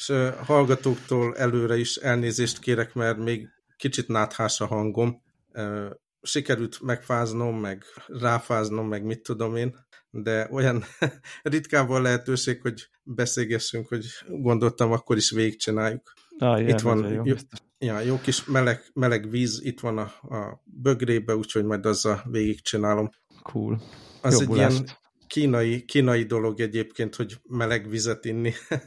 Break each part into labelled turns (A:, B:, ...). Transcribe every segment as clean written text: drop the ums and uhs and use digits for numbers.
A: És hallgatóktól előre is elnézést kérek, mert még kicsit náthás a hangom. Sikerült megfáznom, meg ráfáznom, meg mit tudom én, de olyan ritkán van lehetőség, hogy beszélgessünk, hogy gondoltam, akkor is végigcsináljuk.
B: Igen,
A: itt van jó kis meleg víz, itt van a bögrébe, úgyhogy majd azzal végigcsinálom.
B: Cool.
A: Az egy ilyen kínai dolog egyébként, hogy meleg vizet inni.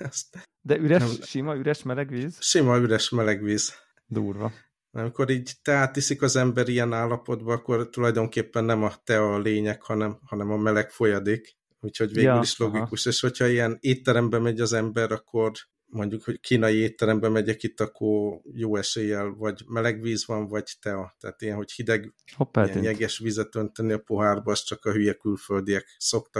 B: De sima üres meleg víz?
A: Sima üres meleg víz.
B: Durva.
A: Amikor így teát iszik az ember ilyen állapotban, akkor tulajdonképpen nem a tea a lényeg, hanem a meleg folyadék. Úgyhogy végül is logikus. És hogyha ilyen étterembe megy az ember, akkor mondjuk, hogy kínai étterembe megyek itt, akkor jó eséllyel vagy meleg víz van, vagy tea. Tehát ilyen, hogy hideg, ilyen jeges vizet önteni a pohárba, azt csak a hülye külföldiek szoktak.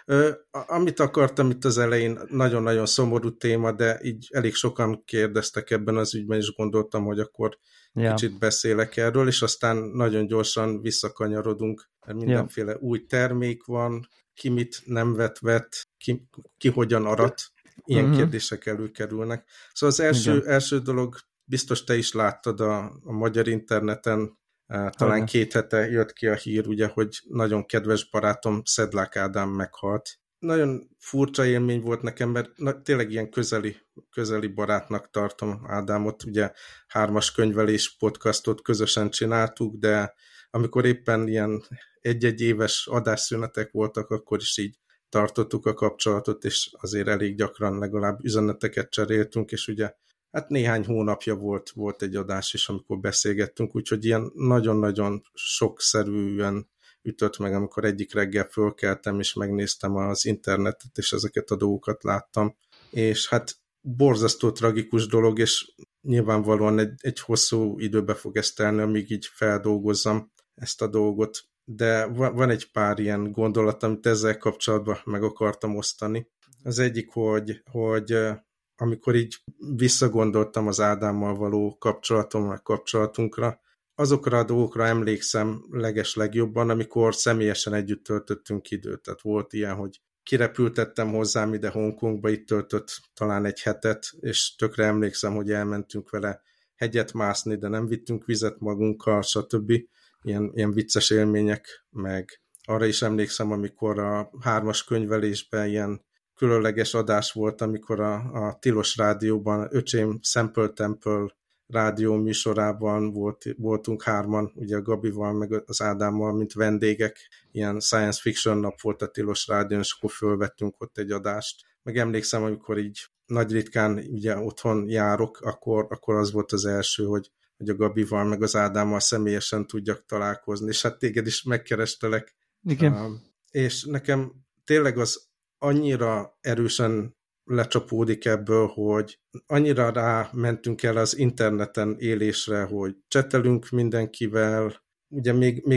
A: Amit akartam itt az elején, nagyon-nagyon szomorú téma, de így elég sokan kérdeztek ebben az ügyben, és gondoltam, hogy akkor kicsit beszélek erről, és aztán nagyon gyorsan visszakanyarodunk, mert mindenféle új termék van, ki mit nem vett, ki hogyan arat, ilyen kérdések előkerülnek. Szóval az első dolog, biztos te is láttad a magyar interneten, talán 2 hete jött ki a hír, ugye, hogy nagyon kedves barátom Szedlák Ádám meghalt. Nagyon furcsa élmény volt nekem, mert tényleg ilyen közeli barátnak tartom Ádámot, ugye 3-as könyvelés podcastot közösen csináltuk, de amikor éppen ilyen 1-1 éves adásszünetek voltak, akkor is így tartottuk a kapcsolatot, és azért elég gyakran legalább üzeneteket cseréltünk, és ugye hát néhány hónapja volt egy adás is, amikor beszélgettünk, úgyhogy ilyen nagyon-nagyon sokszerűen ütött meg, amikor egyik reggel fölkeltem, és megnéztem az internetet, és ezeket a dolgokat láttam. És hát borzasztó tragikus dolog, és nyilvánvalóan egy hosszú időbe fog ezt telni, amíg így feldolgozzam ezt a dolgot. De van egy pár ilyen gondolat, amit ezzel kapcsolatban meg akartam osztani. Az egyik, hogy amikor így visszagondoltam az Ádámmal való kapcsolatunkra, azokra a dolgokra emlékszem legjobban, amikor személyesen együtt töltöttünk időt. Tehát volt ilyen, hogy kirepültettem hozzám ide Hongkongba, itt töltött talán egy hetet, és tökre emlékszem, hogy elmentünk vele hegyet mászni, de nem vittünk vizet magunkkal, stb. Ilyen vicces élmények, meg arra is emlékszem, amikor a 3-as könyvelésben ilyen különleges adás volt, amikor a Tilos Rádióban, öcsém Sample Temple rádió műsorában voltunk 3-an, ugye a Gabival, meg az Ádámmal, mint vendégek, ilyen science fiction nap volt a Tilos Rádión, és akkor fölvettünk ott egy adást. Meg emlékszem, amikor így nagy ritkán ugye otthon járok, akkor az volt az első, hogy a Gabival, meg az Ádámmal személyesen tudjak találkozni, és hát téged is megkerestelek.
B: Igen.
A: És nekem tényleg az annyira erősen lecsapódik ebből, hogy annyira rámentünk el az interneten élésre, hogy csetelünk mindenkivel, ugye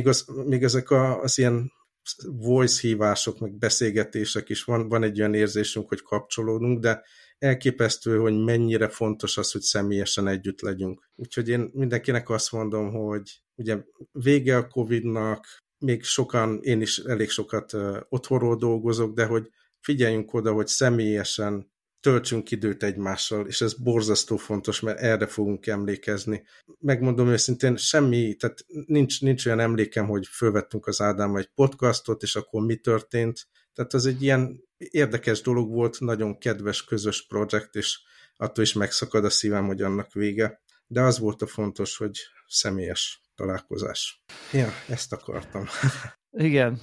A: még ezek az ilyen voice hívások, meg beszélgetések is van egy olyan érzésünk, hogy kapcsolódunk, de elképesztő, hogy mennyire fontos az, hogy személyesen együtt legyünk. Úgyhogy én mindenkinek azt mondom, hogy ugye vége a Covid-nak, még sokan, én is elég sokat otthonról dolgozok, de hogy figyeljünk oda, hogy személyesen töltsünk időt egymással, és ez borzasztó fontos, mert erre fogunk emlékezni. Megmondom őszintén, tehát nincs olyan emlékem, hogy fölvettünk az Ádámmal egy podcastot, és akkor mi történt. Tehát az egy ilyen érdekes dolog volt, nagyon kedves, közös projekt, és attól is megszakad a szívem, hogy annak vége. De az volt a fontos, hogy személyes találkozás. Ja, ezt akartam.
B: Igen.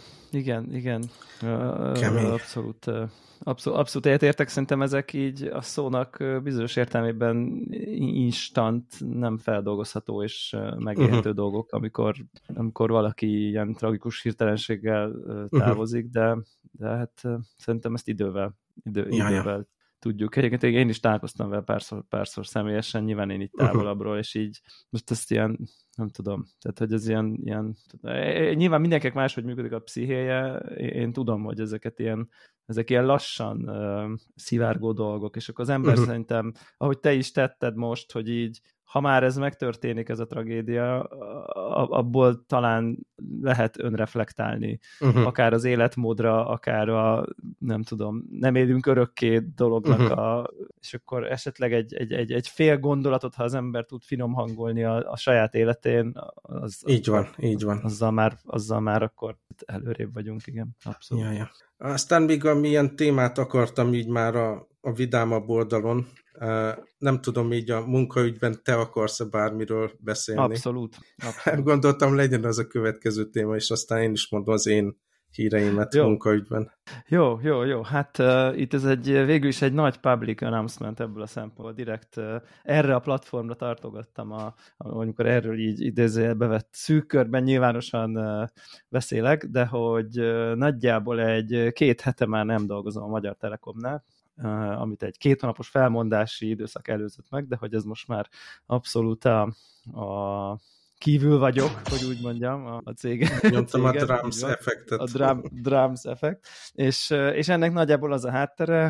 B: Abszolút egyetértek, szerintem ezek így a szónak bizonyos értelmében instant, nem feldolgozható és megélhető dolgok, amikor valaki ilyen tragikus hirtelenséggel távozik, de hát szerintem ezt idővel tudjuk. Egyébként én is találkoztam vele párszor személyesen, nyilván én itt távolabbról, és így most ezt ilyen, nem tudom, tehát hogy ez ilyen nyilván mindenkinek máshogy működik a pszichéje, én tudom, hogy ezek ilyen lassan szivárgó dolgok, és akkor az ember szerintem, ahogy te is tetted most, hogy így ha már ez megtörténik, ez a tragédia, abból talán lehet önreflektálni. Akár az életmódra, akár nem tudom, nem élünk örökké dolognak, és akkor esetleg egy fél gondolatot, ha az ember tud finom hangolni a saját életén,
A: így van.
B: Azzal már akkor előrébb vagyunk, igen, abszolút.
A: Ja. Aztán még milyen témát akartam így már a vidámabb oldalon. Nem tudom, így a munkaügyben te akarsz bármiről beszélni.
B: Abszolút.
A: Gondoltam, legyen az a következő téma, és aztán én is mondom az én híreimet munkaügyben.
B: Jó. Hát itt ez végül is egy nagy public announcement ebből a szempontból. Direkt erre a platformra tartogattam, amikor erről így idézőjelbe vett szűk körben nyilvánosan beszélek, de hogy nagyjából 2 hete már nem dolgozom a Magyar Telekomnál, amit egy 2 hónapos felmondási időszak előzött meg, de hogy ez most már abszolút a kívül vagyok, hogy úgy mondjam, a cégen.
A: Nyomtam a drums effektet.
B: A drums effekt. És ennek nagyjából az a háttere,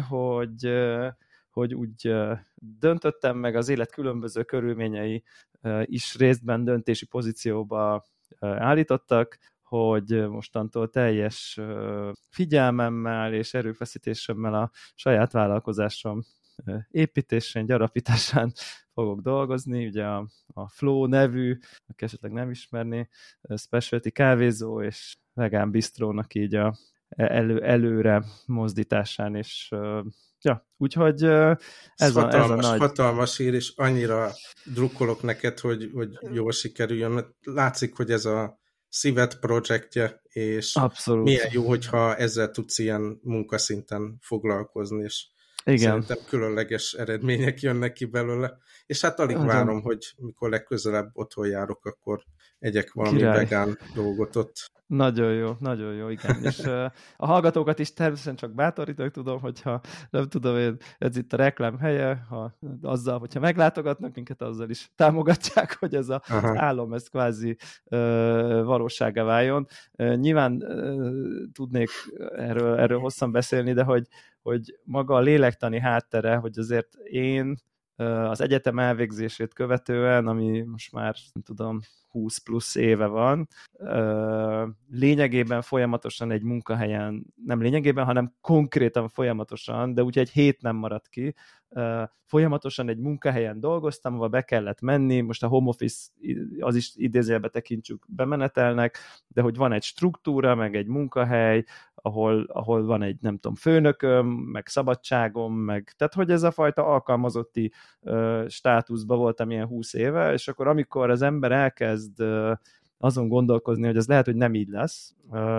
B: hogy úgy döntöttem, meg az élet különböző körülményei is részben döntési pozícióba állítottak, hogy mostantól teljes figyelmemmel és erőfeszítésemmel a saját vállalkozásom építésén, gyarapításán fogok dolgozni. Ugye a Flow nevű, aki esetleg nem ismerné, specialty kávézó és vegán bistrónak így előre mozdításán, és úgyhogy ez a nagy...
A: Hatalmas hír, és annyira drukkolok neked, hogy jól sikerüljön. Látszik, hogy ez a szíved projektje, és
B: abszolút.
A: Milyen jó, hogyha ezzel tudsz ilyen munkaszinten foglalkozni, és
B: igen.
A: Szerintem különleges eredmények jönnek ki belőle, és hát alig várom, hogy mikor legközelebb otthon járok, akkor egyek valami vegán dolgot ott.
B: Nagyon jó, igen. És a hallgatókat is természetesen csak bátorítok, tudom, hogyha nem tudom én, ez itt a reklám helye, hogyha meglátogatnak minket, azzal is támogatják, hogy ez az álom, ez kvázi valósággá váljon. Nyilván tudnék erről hosszan beszélni, de hogy maga a lélektani háttere, hogy azért én az egyetem elvégzését követően, ami most már, nem tudom, 20 plusz éve van, lényegében folyamatosan egy munkahelyen, nem lényegében, hanem konkrétan folyamatosan, de úgy egy hét nem maradt ki, folyamatosan egy munkahelyen dolgoztam, ahol be kellett menni, most a home office, az is idézőjelbe tekintsük, bemenetelnek, de hogy van egy struktúra, meg egy munkahely, ahol van egy, nem tudom, főnököm, meg szabadságom, tehát hogy ez a fajta alkalmazotti státuszban voltam ilyen 20 éve, és akkor amikor az ember elkezd azon gondolkozni, hogy ez lehet, hogy nem így lesz,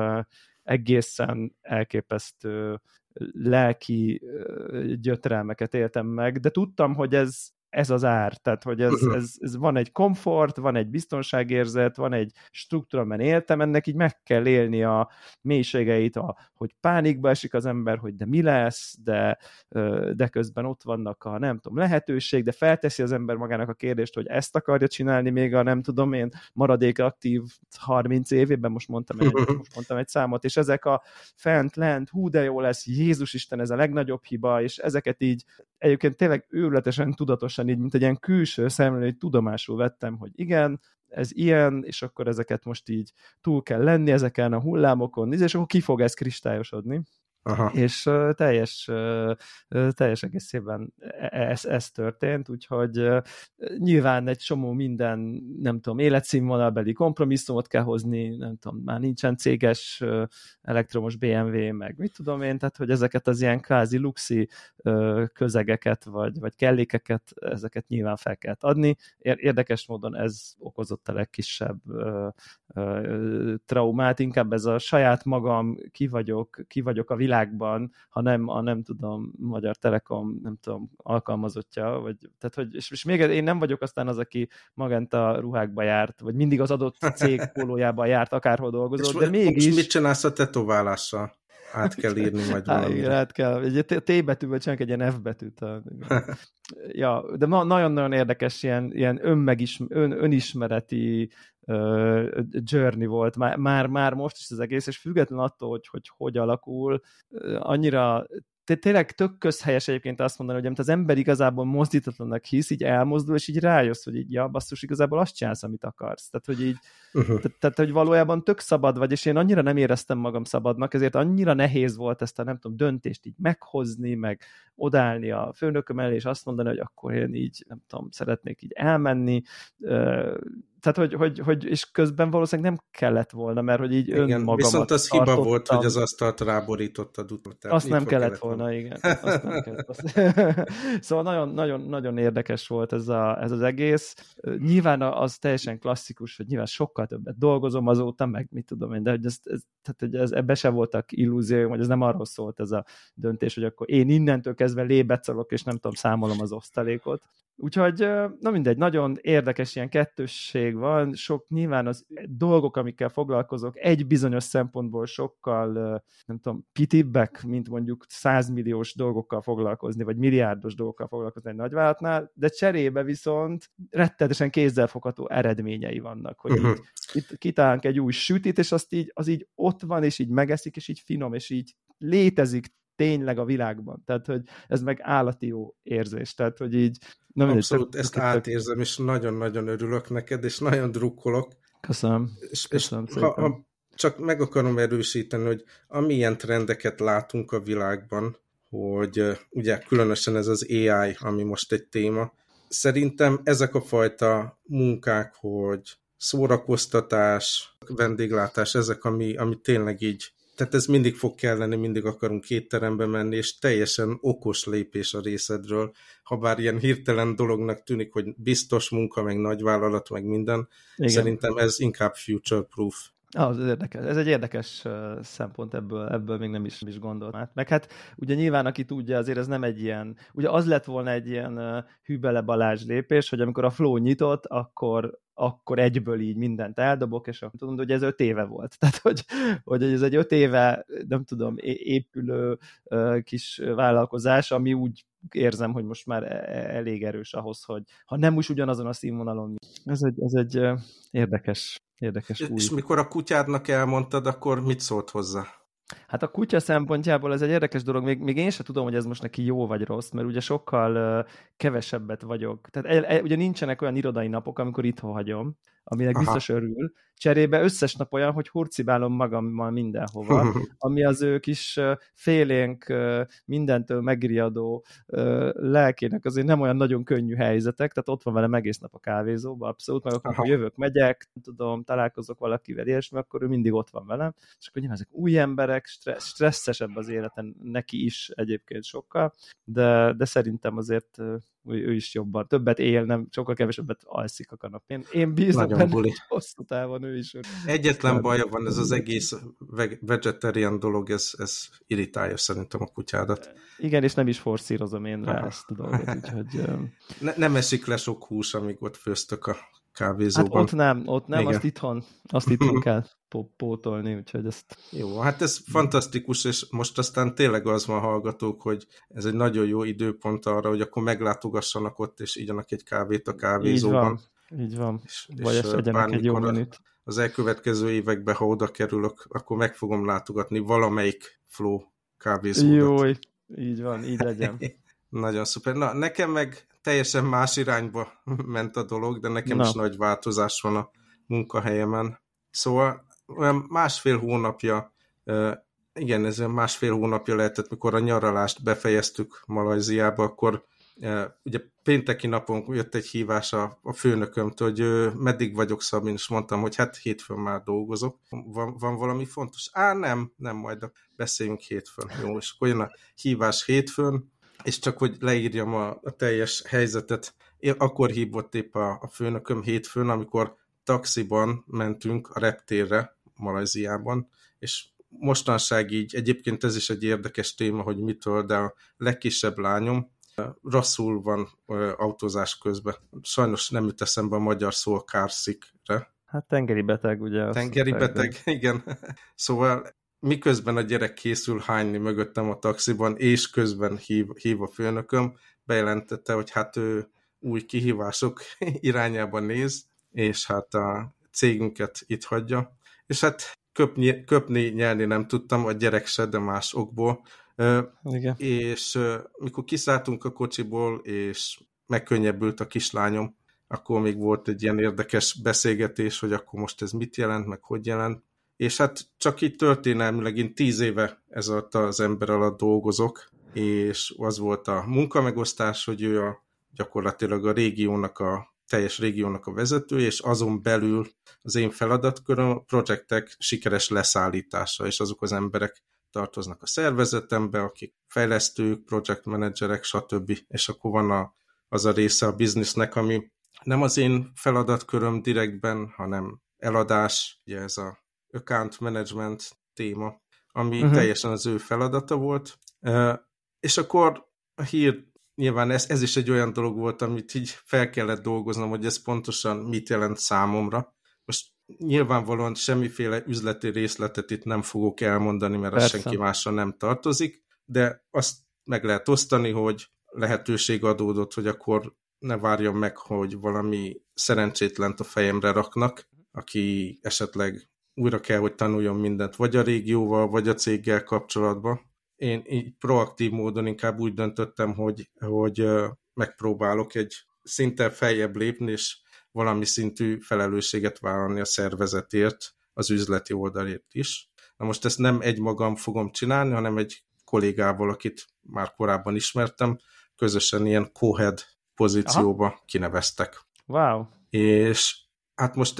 B: egészen elképesztő lelki gyötrelmeket éltem meg, de tudtam, hogy ez az ár, tehát hogy ez van egy komfort, van egy biztonságérzet, van egy struktúra, amiben éltem, ennek így meg kell élni a mélységeit, hogy pánikba esik az ember, hogy de mi lesz, de közben ott vannak a nem tudom, lehetőség, de felteszi az ember magának a kérdést, hogy ezt akarja csinálni még a nem tudom én maradék aktív 30 évében, most mondtam egy számot, és ezek a fent-lent, hú de jó lesz, Jézus Isten, ez a legnagyobb hiba, és ezeket így egyébként tényleg őrületesen tudatosan így, mint egy ilyen külső szemlélő, tudomásul vettem, hogy igen, ez ilyen, és akkor ezeket most így túl kell lenni, ezeken a hullámokon, és akkor ki fog ez kristályosodni. Aha. És teljes egészében ez történt, úgyhogy nyilván egy csomó minden, nem tudom, életszínvonalbeli kompromisszumot kell hozni, nem tudom, már nincsen céges elektromos BMW, meg mit tudom én, tehát hogy ezeket az ilyen kvázi luxi közegeket, vagy kellékeket, ezeket nyilván fel kell adni. Érdekes módon ez okozott a legkisebb traumát, inkább ez a saját magam, ki vagyok a világban, ha nem tudom, Magyar Telekom, nem tudom, alkalmazottja, tehát hogy, és még én nem vagyok aztán az, aki magenta ruhákba járt, vagy mindig az adott cég pólójában járt, akárhol dolgozott, de mégis...
A: És mit csinálsz a tetoválással? Át kell írni majd valamire.
B: Át kell. Egy T betűvel csinálok egy ilyen F betűt. Ja, de nagyon-nagyon érdekes ilyen önismereti journey volt. Már most is az egész, és független attól, hogy alakul, annyira tényleg tök közhelyes egyébként azt mondani, hogy amit az ember igazából mozdítatlannak hisz, így elmozdul, és így rájössz, hogy így, ja, basszus, igazából azt csinálsz, amit akarsz. Tehát, hogy így, tehát, hogy valójában tök szabad vagy, és én annyira nem éreztem magam szabadnak, ezért annyira nehéz volt ezt a, nem tudom, döntést így meghozni, meg odállni a főnököm elé, és azt mondani, hogy akkor én így, nem tudom, szeretnék így elmenni, tehát, hogy és közben valószínűleg nem kellett volna, mert hogy így önmagamat
A: viszont az hiba volt, hogy az asztalt ráborítottad utána.
B: Azt nem kellett volna, igen. Azt nem kellett. Szóval nagyon érdekes volt ez az egész. Nyilván az teljesen klasszikus, hogy nyilván sokkal többet dolgozom azóta, meg mit tudom én, de hogy ebbe sem voltak illúzióim, hogy ez nem arról szólt ez a döntés, hogy akkor én innentől kezdve lébecolok, és nem tudom, számolom az osztalékot. Úgyhogy, na mindegy, nagyon érdekes ilyen kettősség van, sok nyilván az dolgok, amikkel foglalkozok, egy bizonyos szempontból sokkal, nem tudom, pitibbek, mint mondjuk 100 milliós dolgokkal foglalkozni, vagy milliárdos dolgokkal foglalkozni egy nagyvállalatnál, de cserébe viszont rettenetesen kézzelfogható eredményei vannak, hogy így kitálunk egy új sütit, és az így ott van, és így megeszik, és így finom, és így létezik tényleg a világban. Tehát, hogy ez meg állati jó érzés. Tehát, hogy így...
A: Abszolút, ezt átérzem, és nagyon-nagyon örülök neked, és nagyon drukkolok.
B: Köszönöm. Köszönöm szépen.
A: Ha csak meg akarom erősíteni, hogy amilyen trendeket látunk a világban, hogy ugye különösen ez az AI, ami most egy téma, szerintem ezek a fajta munkák, hogy szórakoztatás, vendéglátás, ezek, ami tényleg így, tehát ez mindig fog kelleni, mindig akarunk étterembe menni, és teljesen okos lépés a részedről, ha bár ilyen hirtelen dolognak tűnik, hogy biztos munka, meg nagyvállalat, meg minden, igen. Szerintem ez inkább future-proof.
B: Az érdekes. Ez egy érdekes szempont, ebből még nem is gondoltam. Meg hát ugye nyilván, aki tudja, azért ez nem egy ilyen, ugye az lett volna egy ilyen Hübele Balázs lépés, hogy amikor a Flow nyitott, akkor egyből így mindent eldobok, és tudom, hogy ez 5 éve volt. Tehát, hogy ez egy 5 éve, nem tudom, épülő kis vállalkozás, ami úgy érzem, hogy most már elég erős ahhoz, hogy ha nem is ugyanazon a színvonalon. Ez egy érdekes új.
A: És mikor a kutyádnak elmondtad, akkor mit szólt hozzá?
B: Hát a kutya szempontjából ez egy érdekes dolog, még én sem tudom, hogy ez most neki jó vagy rossz, mert ugye sokkal kevesebbet vagyok. Tehát ugye nincsenek olyan irodai napok, amikor itthon hagyom, aminek biztos örül. Cserébe összes nap olyan, hogy hurcibálom magammal mindenhova, ami az ő kis félénk, mindentől megriadó lelkének azért nem olyan nagyon könnyű helyzetek, tehát ott van velem egész nap a kávézóban, abszolút, meg akkor jövök, megyek, tudom, találkozok valakivel, ilyesmi, akkor ő mindig ott van velem, és akkor nyilván ezek új emberek, stresszesebb az életen neki is egyébként sokkal, de szerintem azért ő is jobban, többet él, nem, sokkal kevesebbet alszik a kanapén. Én bízom benne, hogy hosszú távon ő is.
A: Egyetlen baja van, ez az egész vegetarian dolog, ez irritálja szerintem a kutyádat.
B: Igen, és nem is forszírozom én rá ezt a dolgot, úgyhogy...
A: Nem esik le sok hús, amíg ott főztök a kávézóban.
B: Hát ott nem, azt itthon kell pótolni, úgyhogy ezt...
A: Jó, hát ez fantasztikus, és most aztán tényleg az van, hallgatók, hogy ez egy nagyon jó időpont arra, hogy akkor meglátogassanak ott, és igyanak egy kávét a kávézóban.
B: Így van. Vagy ezt egyenek egy jó menüt.
A: Az elkövetkező években, ha oda kerülök, akkor meg fogom látogatni valamelyik Flow kávézódat.
B: Jó, így van, így legyen.
A: Nagyon szuper. Na, nekem meg teljesen más irányba ment a dolog, de nekem is nagy változás van a munkahelyemen. Szóval olyan 1,5 hónapja, igen, ez olyan 1,5 hónapja lehetett, mikor a nyaralást befejeztük Malajziába, akkor ugye pénteki napon jött egy hívás a főnökömtől, hogy meddig vagyok, Szabin, és mondtam, hogy hát hétfőn már dolgozok. Van valami fontos? Nem, majd beszéljünk hétfőn. Jó, és akkor jön a hívás hétfőn, és csak hogy leírjam a teljes helyzetet. Akkor hívott épp a főnököm hétfőn, amikor taxiban mentünk a reptérre Malajziában, és mostanság így, egyébként ez is egy érdekes téma, hogy mitől, de a legkisebb lányom rosszul van autózás közben. Sajnos nem jut eszembe a magyar szó a car-sick-re.
B: Hát tengeri beteg, ugye?
A: Tengeri beteg, igen. Szóval miközben a gyerek készül hányni mögöttem a taxiban, és közben hív a főnököm, bejelentette, hogy hát ő új kihívások irányába néz, és hát a cégünket itt hagyja. És hát köpni, nyelni nem tudtam, a gyerek se, de más okból.
B: Igen.
A: És mikor kiszálltunk a kocsiból, és megkönnyebbült a kislányom, akkor még volt egy ilyen érdekes beszélgetés, hogy akkor most ez mit jelent, meg hogy jelent. És hát csak így történelmileg, én 10 éve ez alatt az ember alatt dolgozok, és az volt a munkamegosztás, hogy ő gyakorlatilag teljes régiónak a vezető, és azon belül az én feladatköröm a projektek sikeres leszállítása, és azok az emberek tartoznak a szervezetembe, akik fejlesztők, projektmenedzserek, stb. És akkor van az a része a biznisznek, ami nem az én feladatköröm direktben, hanem eladás, ugye ez a account management téma, ami teljesen az ő feladata volt. És akkor a hír, nyilván ez is egy olyan dolog volt, amit így fel kellett dolgoznom, hogy ez pontosan mit jelent számomra. Most nyilvánvalóan semmiféle üzleti részletet itt nem fogok elmondani, mert az senki másra nem tartozik, de azt meg lehet osztani, hogy lehetőség adódott, hogy akkor ne várjam meg, hogy valami szerencsétlent a fejemre raknak, aki esetleg újra kell, hogy tanuljon mindent, vagy a régióval, vagy a céggel kapcsolatban. Én így proaktív módon inkább úgy döntöttem, hogy megpróbálok egy szinten feljebb lépni, és valami szintű felelősséget vállalni a szervezetért, az üzleti oldalért is. Na most ezt nem egymagam fogom csinálni, hanem egy kollégával, akit már korábban ismertem, közösen ilyen co-head pozícióba kineveztek.
B: Wow.
A: És hát most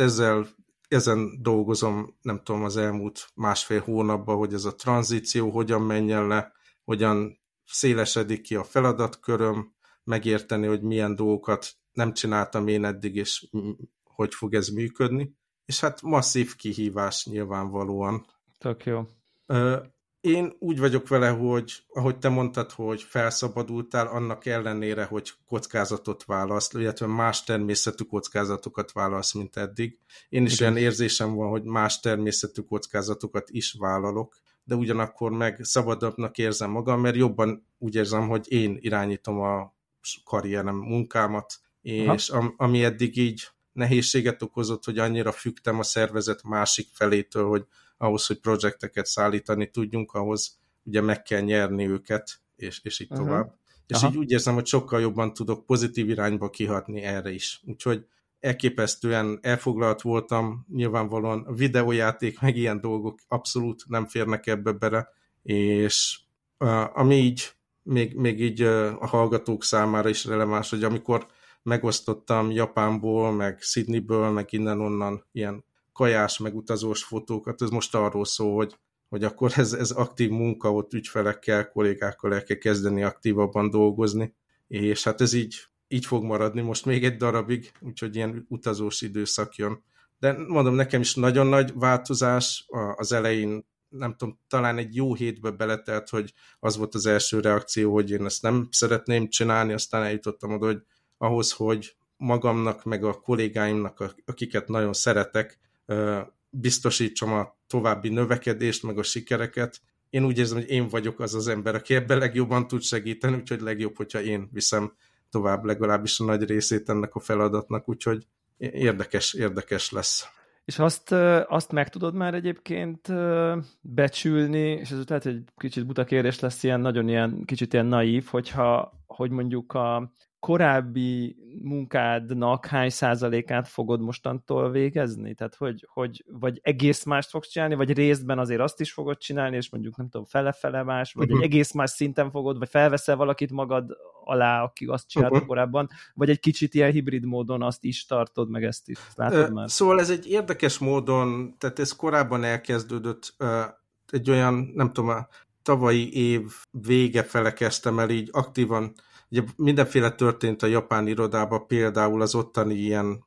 A: ezen dolgozom, nem tudom, az elmúlt 1,5 hónapban, hogy ez a tranzíció hogyan menjen le, hogyan szélesedik ki a feladatköröm, megérteni, hogy milyen dolgokat nem csináltam én eddig, és hogy fog ez működni. És hát masszív kihívás nyilvánvalóan.
B: Tök jó.
A: Én úgy vagyok vele, hogy ahogy te mondtad, hogy felszabadultál, annak ellenére, hogy kockázatot válasz, illetve más természetű kockázatokat válasz, mint eddig. Én is olyan érzésem van, hogy más természetű kockázatokat is vállalok, de ugyanakkor meg szabadabbnak érzem magam, mert jobban úgy érzem, hogy én irányítom a karrierem, munkámat, és ami eddig így nehézséget okozott, hogy annyira függtem a szervezet másik felétől, hogy ahhoz, hogy projekteket szállítani tudjunk, ahhoz ugye meg kell nyerni őket, és így tovább. És így úgy érzem, hogy sokkal jobban tudok pozitív irányba kihatni erre is. Úgyhogy elképesztően elfoglalt voltam, nyilvánvalóan a videójáték, meg ilyen dolgok abszolút nem férnek ebbe bele, és ami így még így a hallgatók számára is releváns, hogy amikor megosztottam Japánból, meg Sydneyből, meg innen-onnan ilyen kajás, meg utazós fotókat, ez most arról szól, hogy akkor ez aktív munka, ott ügyfelekkel, kollégákkal el kell kezdeni aktívabban dolgozni, és hát ez így fog maradni most még egy darabig, úgyhogy ilyen utazós időszak jön. De mondom, nekem is nagyon nagy változás az elején, nem tudom, talán egy jó hétbe beletelt, hogy az volt az első reakció, hogy én ezt nem szeretném csinálni, aztán eljutottam oda, hogy ahhoz, hogy magamnak, meg a kollégáimnak, akiket nagyon szeretek, biztosítsam a további növekedést, meg a sikereket. Én úgy érzem, hogy én vagyok az az ember, aki ebben legjobban tud segíteni, úgyhogy legjobb, hogyha én viszem tovább legalábbis a nagy részét ennek a feladatnak, úgyhogy érdekes lesz.
B: És azt meg tudod már egyébként becsülni, és ez lehet, hogy kicsit buta kérdés lesz, kicsit ilyen naív, hogy mondjuk a korábbi munkádnak hány százalékát fogod mostantól végezni? Tehát, vagy egész mást fogsz csinálni, vagy részben azért azt is fogod csinálni, és mondjuk nem tudom, fele-fele más, vagy egy egész más szinten fogod, vagy felveszel valakit magad alá, aki azt csinálta korábban, vagy egy kicsit ilyen hibrid módon azt is tartod, meg ezt is. Látod már?
A: Szóval ez egy érdekes módon, tehát ez korábban elkezdődött, egy olyan, nem tudom, a tavalyi év vége fele kezdtem el így aktívan. Ugye mindenféle történt a japán irodában, például az ottani ilyen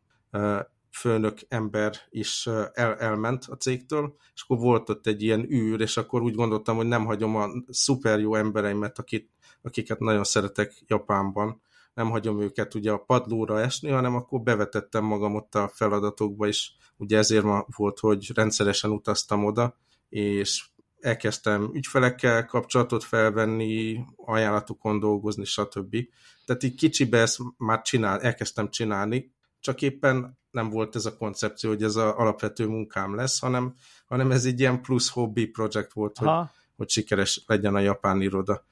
A: főnök ember is elment a cégtől, és akkor volt ott egy ilyen űr, és akkor úgy gondoltam, hogy nem hagyom a szuper jó embereimet, akiket nagyon szeretek Japánban, nem hagyom őket ugye a padlóra esni, hanem akkor bevetettem magam ott a feladatokba, és ugye ezért volt, hogy rendszeresen utaztam oda, és elkezdtem ügyfelekkel kapcsolatot felvenni, ajánlatokon dolgozni, stb. Tehát így kicsibe ezt már elkezdtem csinálni, csak éppen nem volt ez a koncepció, hogy ez az alapvető munkám lesz, hanem hanem ez egy ilyen plusz hobby projekt volt, hogy sikeres legyen a japán iroda.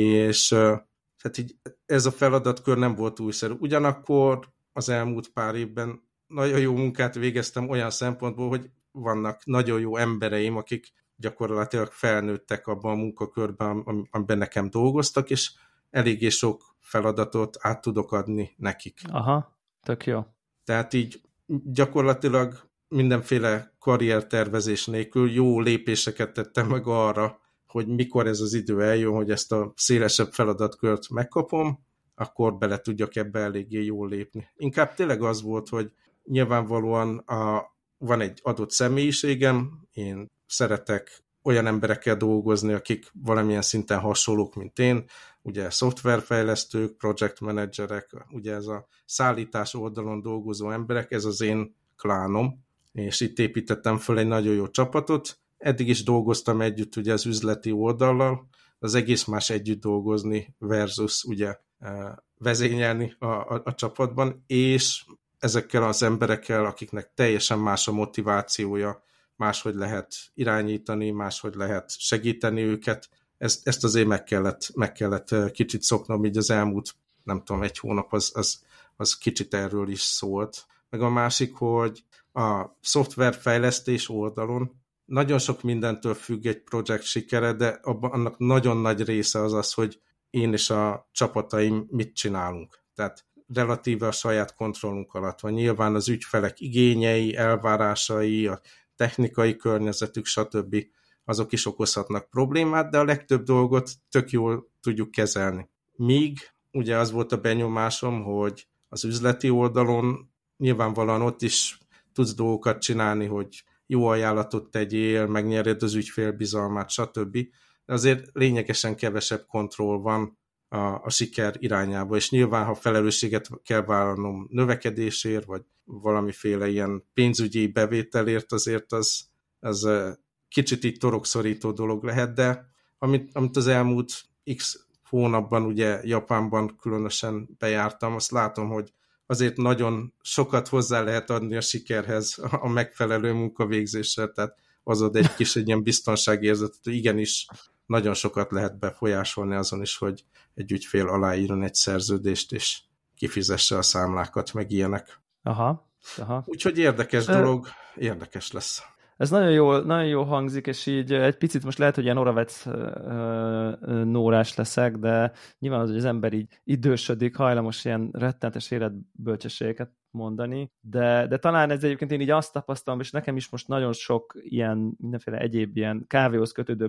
A: És hát így ez a feladatkör nem volt újszerű. Ugyanakkor az elmúlt pár évben nagyon jó munkát végeztem olyan szempontból, hogy vannak nagyon jó embereim, akik gyakorlatilag felnőttek abban a munkakörben, amiben nekem dolgoztak, és eléggé sok feladatot át tudok adni nekik.
B: Aha, tök jó.
A: Tehát így gyakorlatilag mindenféle karriertervezés nélkül jó lépéseket tettem meg arra, hogy mikor ez az idő eljön, hogy ezt a szélesebb feladatkört megkapom, akkor bele tudjak ebbe eléggé jól lépni. Inkább tényleg az volt, hogy nyilvánvalóan van egy adott személyiségem, én szeretek olyan emberekkel dolgozni, akik valamilyen szinten hasonlók, mint én, ugye szoftverfejlesztők, project managerek, ugye ez a szállítás oldalon dolgozó emberek, ez az én klánom, és itt építettem föl egy nagyon jó csapatot. Eddig is dolgoztam együtt ugye az üzleti oldallal, az egész más együtt dolgozni versus ugye vezényelni a csapatban, és ezekkel az emberekkel, akiknek teljesen más a motivációja, máshogy lehet irányítani, máshogy lehet segíteni őket. Ezt azért meg kellett kicsit szoknom, így az elmúlt, nem tudom, 1 hónap az kicsit erről is szólt. Meg a másik, hogy a szoftverfejlesztés oldalon nagyon sok mindentől függ egy projekt sikere, de annak nagyon nagy része az, hogy én és a csapataim mit csinálunk. Tehát relatíve a saját kontrollunk alatt van. Nyilván az ügyfelek igényei, elvárásai, a technikai környezetük, stb. Azok is okozhatnak problémát, de a legtöbb dolgot tök jól tudjuk kezelni. Míg ugye az volt a benyomásom, hogy az üzleti oldalon nyilvánvalóan ott is tudsz dolgokat csinálni, hogy jó ajánlatot tegyél, megnyered az ügyfél bizalmát, stb. De azért lényegesen kevesebb kontroll van a siker irányába, és nyilván, ha felelősséget kell vállalnom növekedésért, vagy valamiféle ilyen pénzügyi bevételért, azért az kicsit így torokszorító dolog lehet, de amit az elmúlt x hónapban ugye Japánban különösen bejártam, azt látom, hogy azért nagyon sokat hozzá lehet adni a sikerhez a megfelelő munkavégzéssel, tehát az ad egy ilyen biztonságérzetet, hogy igenis nagyon sokat lehet befolyásolni azon is, hogy egy ügyfél aláírjon egy szerződést, és kifizesse a számlákat, meg ilyenek.
B: Aha.
A: Úgyhogy érdekes dolog, érdekes lesz.
B: Ez nagyon jól hangzik, és így egy picit most lehet, hogy ilyen Oravec nórás leszek, de nyilván az, hogy az ember így idősödik, hajlamos ilyen rettenetes életbölcsességeket mondani, de talán ez egyébként én így azt tapasztalom, és nekem is most nagyon sok ilyen mindenféle egyéb ilyen kávéhoz kötődő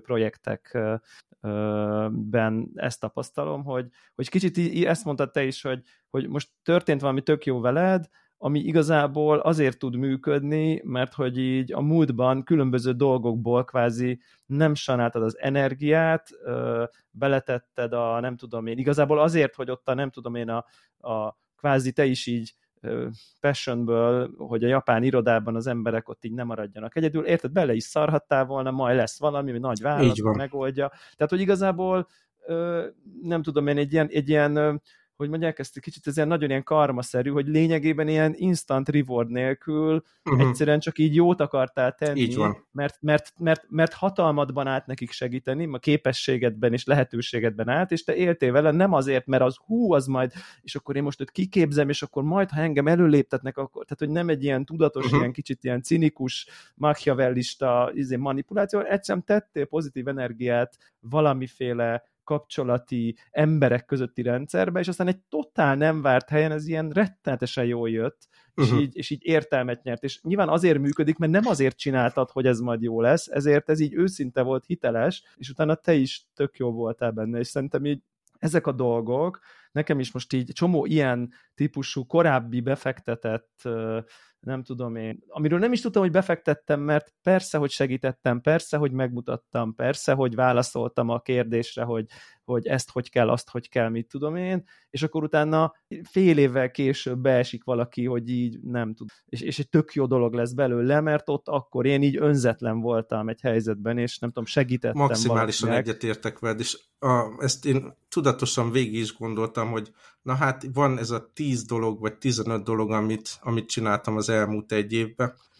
B: projektekben ezt tapasztalom, hogy kicsit ezt mondtad te is, hogy most történt valami tök jó veled, ami igazából azért tud működni, mert hogy így a múltban különböző dolgokból kvázi nem sanáltad az energiát, beletetted nem tudom én, igazából azért, hogy ott nem tudom én a kvázi te is így passionből, hogy a japán irodában az emberek ott így nem maradjanak egyedül, érted, bele is szarhattál volna, majd lesz valami, hogy nagy vállalat megoldja. Tehát, hogy igazából nem tudom én, egy ilyen hogy mondják ezt egy kicsit, ez ilyen nagyon ilyen karmaszerű, hogy lényegében ilyen instant reward nélkül egyszerűen csak így jót akartál tenni, mert hatalmadban állt nekik segíteni, a képességedben és lehetőségedben állt, és te éltél vele nem azért, mert az majd, és akkor én most őt kiképzem, és akkor majd, ha engem előléptetnek, akkor, tehát hogy nem egy ilyen tudatos, ilyen kicsit ilyen cinikus, machiavellista manipuláció, egyszerűen tettél pozitív energiát valamiféle kapcsolati emberek közötti rendszerbe, és aztán egy totál nem várt helyen ez ilyen rettenetesen jól jött, és így értelmet nyert. És nyilván azért működik, mert nem azért csináltad, hogy ez majd jó lesz, ezért ez így őszinte volt, hiteles, és utána te is tök jó voltál benne, és szerintem így ezek a dolgok, nekem is most így csomó ilyen típusú korábbi befektetett nem tudom én, amiről nem is tudtam, hogy befektettem, mert persze, hogy segítettem, persze, hogy megmutattam, persze, hogy válaszoltam a kérdésre, hogy ezt hogy kell, azt hogy kell, mit tudom én, és akkor utána fél évvel később beesik valaki, hogy így nem tud. És egy tök jó dolog lesz belőle, mert ott akkor én így önzetlen voltam egy helyzetben, és nem tudom, segítettem
A: maximálisan
B: valakinek.
A: Egyetértek veled, és ezt én tudatosan végig is gondoltam, hogy na hát van ez a 10 dolog, vagy 15 dolog, amit csináltam az elmúlt 1 évben,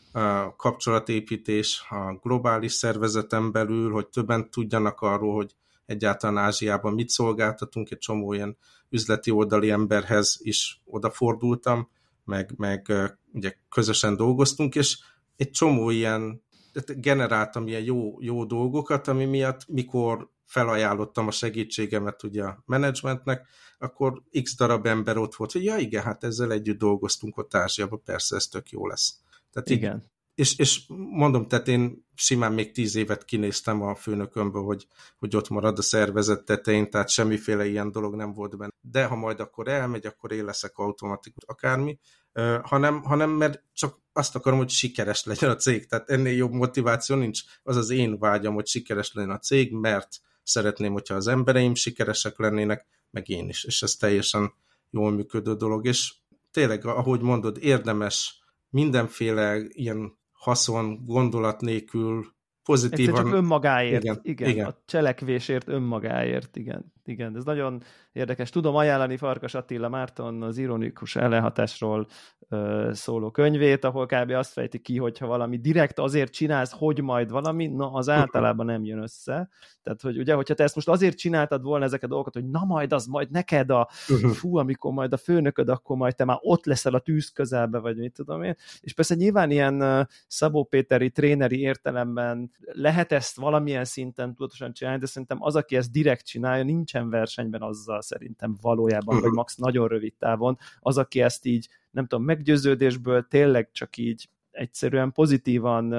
A: kapcsolatépítés a globális szervezeten belül, hogy többen tudjanak arról, hogy egyáltalán Ázsiában mit szolgáltatunk, egy csomó ilyen üzleti oldali emberhez is odafordultam, meg ugye közösen dolgoztunk, és egy csomó ilyen, generáltam ilyen jó dolgokat, ami miatt mikor felajánlottam a segítségemet ugye a menedzsmentnek, akkor x darab ember ott volt, hogy ja igen, hát ezzel együtt dolgoztunk ott Ázsiában, persze ez tök jó lesz. Tehát
B: igen.
A: Így, és mondom, tehát én simán még 10 évet kinéztem a főnökömből, hogy ott marad a szervezet tetején, tehát semmiféle ilyen dolog nem volt benne. De ha majd akkor elmegy, akkor én leszek automatikus akármi, hanem mert csak azt akarom, hogy sikeres legyen a cég. Tehát ennél jobb motiváció nincs. Az az én vágyam, hogy sikeres legyen a cég, mert szeretném, hogyha az embereim sikeresek lennének, meg én is. És ez teljesen jól működő dolog. És tényleg, ahogy mondod, érdemes mindenféle ilyen haszon, gondolat nélkül pozitívan...
B: Egyszer csak önmagáért, igen. A cselekvésért önmagáért, igen. Ez nagyon érdekes. Tudom ajánlani Farkas Attila Márton az ironikus ellenhatásról szóló könyvét, ahol kb. Azt fejti ki, hogyha valami direkt azért csinálsz, hogy majd valami, na az általában nem jön össze. Tehát, hogy ugye, hogyha te ezt most azért csináltad volna ezeket a dolgokat, hogy na majd az majd neked amikor majd a főnököd, akkor majd te már ott leszel a tűz közelbe, vagy mit tudom én. És persze nyilván ilyen Szabó Péteri tréneri értelemben lehet ezt valamilyen szinten tudatosan csinálni, de szerintem az, aki ezt direkt csinálja, nincsen versenyben azzal szerintem valójában, vagy max nagyon rövid távon, az, aki ezt így, nem tudom, meggyőződésből tényleg csak így egyszerűen pozitívan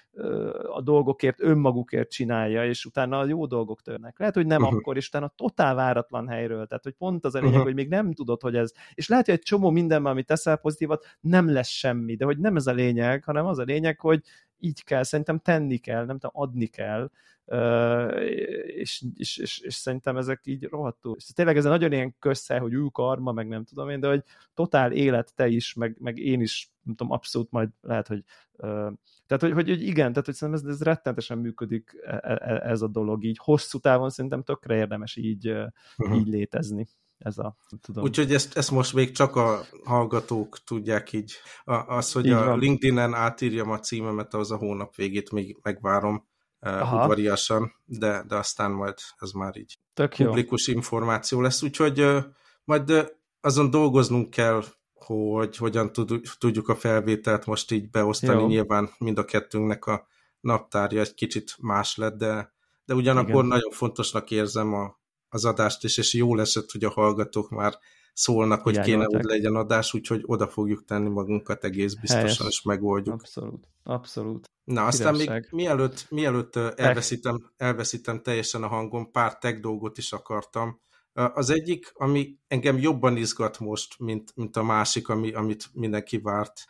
B: a dolgokért, önmagukért csinálja, és utána a jó dolgok törnek. Lehet, hogy nem akkor, és utána totál váratlan helyről, tehát hogy pont az a lényeg, hogy még nem tudod, hogy ez, és lehet, hogy egy csomó mindenben, amit teszel pozitívat, nem lesz semmi, de hogy nem ez a lényeg, hanem az a lényeg, hogy így kell, szerintem tenni kell, nem tudom, adni kell, és szerintem ezek így rohadtul. És tényleg ez nagyon ilyen közhely, hogy karma, meg nem tudom én, de hogy totál élet te is, meg én is, nem tudom, abszolút majd lehet, hogy tehát, hogy igen, tehát hogy szerintem ez rettenetesen működik ez a dolog, így hosszú távon szerintem tökre érdemes így létezni.
A: Úgyhogy ezt most még csak a hallgatók tudják így. Az, hogy így a van. LinkedIn-en átírjam a címemet, az a hónap végét még megvárom udvariasan, de aztán majd ez már így tök publikus jó információ lesz. Úgyhogy majd azon dolgoznunk kell, hogy hogyan tudjuk a felvételt most így beosztani. Jó. Nyilván mind a kettőnknek a naptárja egy kicsit más lett, de ugyanakkor igen, nagyon fontosnak érzem az adást is, és jó esett, hogy a hallgatók már szólnak, hogy kéne, hogy legyen adás, úgyhogy oda fogjuk tenni magunkat egész biztosan, helyes, és megoldjuk.
B: Abszolút.
A: Na, aztán még mielőtt elveszítem teljesen a hangom, pár tech dolgot is akartam. Az egyik, ami engem jobban izgat most, mint a másik, amit mindenki várt.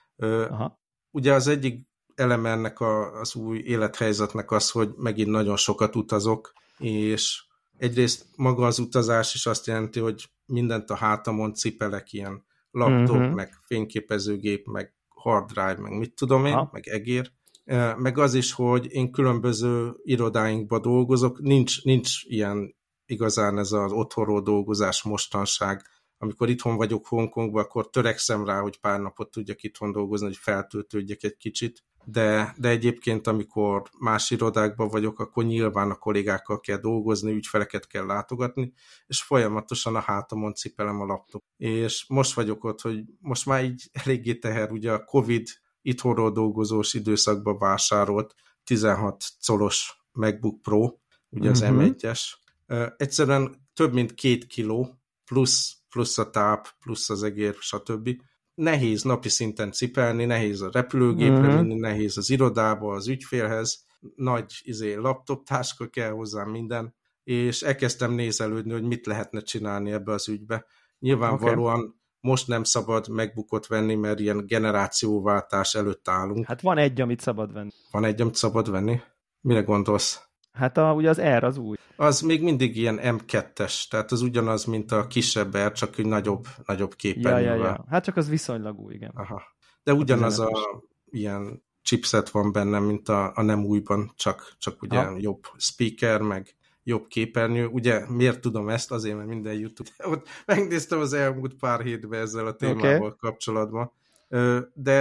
A: Ugye az egyik eleme ennek az új élethelyzetnek az, hogy megint nagyon sokat utazok, és egyrészt maga az utazás is azt jelenti, hogy mindent a hátamon cipelek, ilyen laptop, meg fényképezőgép, meg hard drive, meg mit tudom én, meg egér. Meg az is, hogy én különböző irodáinkba dolgozok, nincs ilyen igazán ez az otthonról dolgozás mostanság. Amikor itthon vagyok Hongkongban, akkor törekszem rá, hogy pár napot tudjak itthon dolgozni, hogy feltöltődjek egy kicsit. De egyébként, amikor más irodákban vagyok, akkor nyilván a kollégákkal kell dolgozni, ügyfeleket kell látogatni, és folyamatosan a hátamon cipelem a laptop. És most vagyok ott, hogy most már így eléggé teher, ugye a Covid itthonról dolgozós időszakban vásárolt 16 colos MacBook Pro, ugye az M1-es. Egyszerűen több mint 2 kiló, plusz a táp, plusz az egér, stb. Nehéz napi szinten cipelni, nehéz a repülőgépre vinni, nehéz az irodába, az ügyfélhez, nagy laptop táska kell hozzá minden, és elkezdtem nézelődni, hogy mit lehetne csinálni ebbe az ügybe. Nyilvánvalóan most nem szabad MacBookot venni, mert ilyen generációváltás előtt állunk.
B: Hát van egy, amit szabad venni.
A: Van egy, amit szabad venni? Mire gondolsz?
B: Hát ugye az R az új.
A: Az még mindig ilyen M2-es, tehát az ugyanaz, mint a kisebb R, csak egy nagyobb képernyővel.
B: Ja. Hát csak az viszonylag új, igen.
A: Aha. De ugyanaz a ilyen chipset van benne, mint a nem újban, csak ugye jobb speaker, meg jobb képernyő. Ugye miért tudom ezt? Azért, mert minden YouTube. Ott megnéztem az elmúlt pár hétben ezzel a témával kapcsolatban. De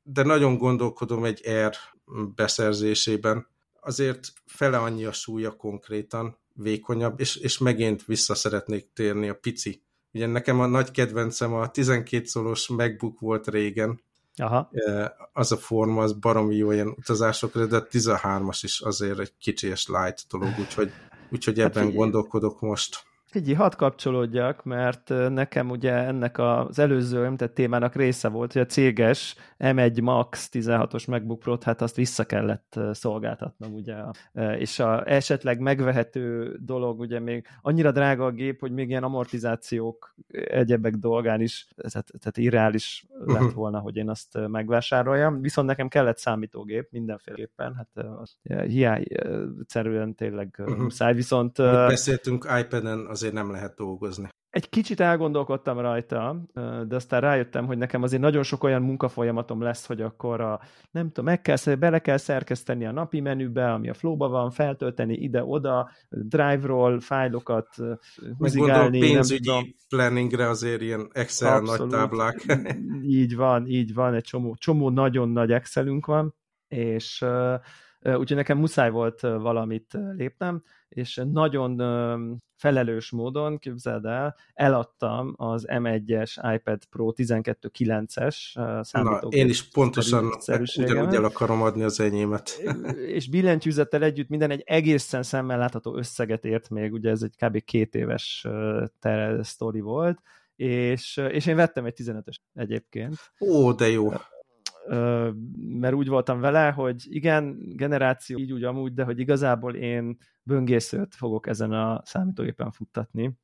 A: de nagyon gondolkodom egy R beszerzésében. Azért fele annyi a súlya konkrétan, vékonyabb, és megint vissza szeretnék térni a pici. Ugye nekem a nagy kedvencem a 12 szolos MacBook volt régen.
B: Aha.
A: Az a forma, az baromi jó ilyen utazásokra, de a 13-as is azért egy kicsi és light dolog, úgyhogy ebben gondolkodok most.
B: Figyelj, hadd kapcsolódjak, mert nekem ugye ennek az előző említett témának része volt, hogy a céges M1 Max 16-os MacBook Pro-t, hát azt vissza kellett szolgáltatnom, ugye, és esetleg megvehető dolog, ugye még annyira drága a gép, hogy még ilyen amortizációk, egyebek dolgán is, tehát irreális lett volna, hogy én azt megvásároljam, viszont nekem kellett számítógép mindenféleképpen, hát hiányszerűen tényleg muszáj, viszont...
A: Beszéltünk iPad-en, azért nem lehet dolgozni.
B: Egy kicsit elgondolkodtam rajta, de aztán rájöttem, hogy nekem azért nagyon sok olyan munkafolyamatom lesz, hogy akkor nem tudom, bele kell szerkeszteni a napi menübe, ami a Flow-ba van, feltölteni ide-oda, Drive-ról fájlokat húzigálni.
A: Pénzügyi planningre azért ilyen Excel
B: abszolút,
A: nagy táblák.
B: Így van, egy csomó nagyon nagy Excelünk van, és úgyhogy nekem muszáj volt valamit lépnem, és nagyon felelős módon, képzeld el, eladtam az M1-es iPad Pro 12.9-es számítógép.
A: Én is pontosan ugyanúgy el akarom adni az enyémet.
B: És billentyűzettel együtt minden egy egészen szemmel látható összeget ért még, ugye ez egy kb. 2 éves sztori volt, és én vettem egy 15-ös egyébként.
A: Ó, de jó.
B: Mert úgy voltam vele, hogy igen, generáció így úgy amúgy, de hogy igazából én böngészőt fogok ezen a számítógépen futtatni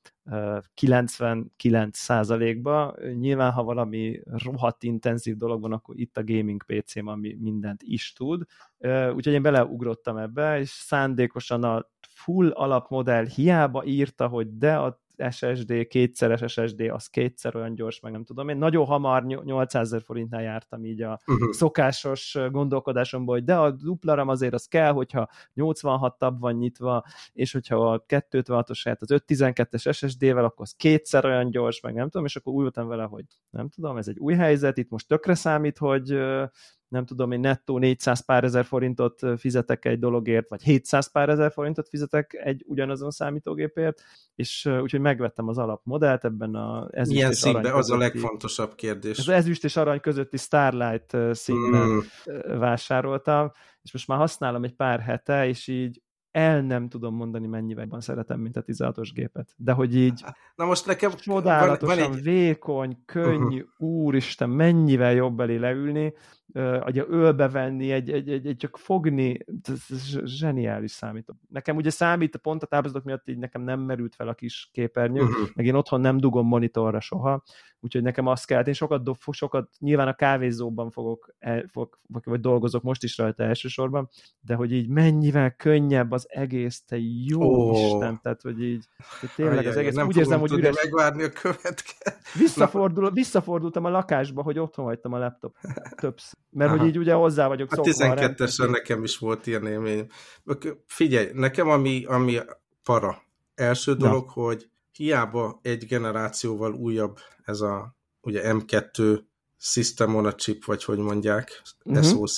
B: 99%-ba. Nyilván, ha valami rohadt intenzív dolog van, akkor itt a gaming PC-m, ami mindent is tud. Úgyhogy én beleugrottam ebbe, és szándékosan a full alapmodell hiába írta, hogy de a SSD, kétszeres SSD, az kétszer olyan gyors, meg nem tudom. Én nagyon hamar 800 000 forintnál jártam így a szokásos gondolkodásomból, hogy de a dupla RAM azért az kell, hogyha 86 tab van nyitva, és hogyha a 256-os helyett az 512-es SSD-vel, akkor az kétszer olyan gyors, meg nem tudom, és akkor úgy voltam vele, hogy nem tudom, ez egy új helyzet, itt most tökre számít, hogy nem tudom, én nettó 400 pár ezer forintot fizetek egy dologért, vagy 700 pár ezer forintot fizetek egy ugyanazon számítógépért, és úgyhogy megvettem az alapmodellt ebben a ezüst
A: milyen
B: és
A: színben?
B: arany
A: Az a legfontosabb kérdés.
B: Az ezüst és arany közötti Starlight színben vásároltam, és most már használom egy pár hete, és így nem tudom mondani, mennyivel jobban szeretem, mint a 16-os gépet. De hogy így
A: na most nekem
B: csodálatosan vékony, könnyű, úristen, mennyivel jobb elé leülni, ugye ölbe venni, egy csak fogni, zseniális számít. Nekem ugye számít, pont a táblázatok miatt így nekem nem merült fel a kis képernyő, meg én otthon nem dugom monitorra soha, úgyhogy nekem azt kell, én sokat nyilván a kávézóban vagy dolgozok most is rajta elsősorban, de hogy így mennyivel könnyebb az egész, te jó Isten, tehát hogy így tényleg az egész, úgy érzem, hogy üres.
A: Megvárni a következőt.
B: Visszafordultam a lakásba, hogy otthon hagytam a laptop többször. Mert hogy így ugye hozzá vagyok szokva.
A: A 12-esen nekem is volt ilyen élmény. Figyelj, nekem ami para. Első dolog, hogy hiába egy generációval újabb ez a ugye M2 System on a Chip, vagy hogy mondják, SoC,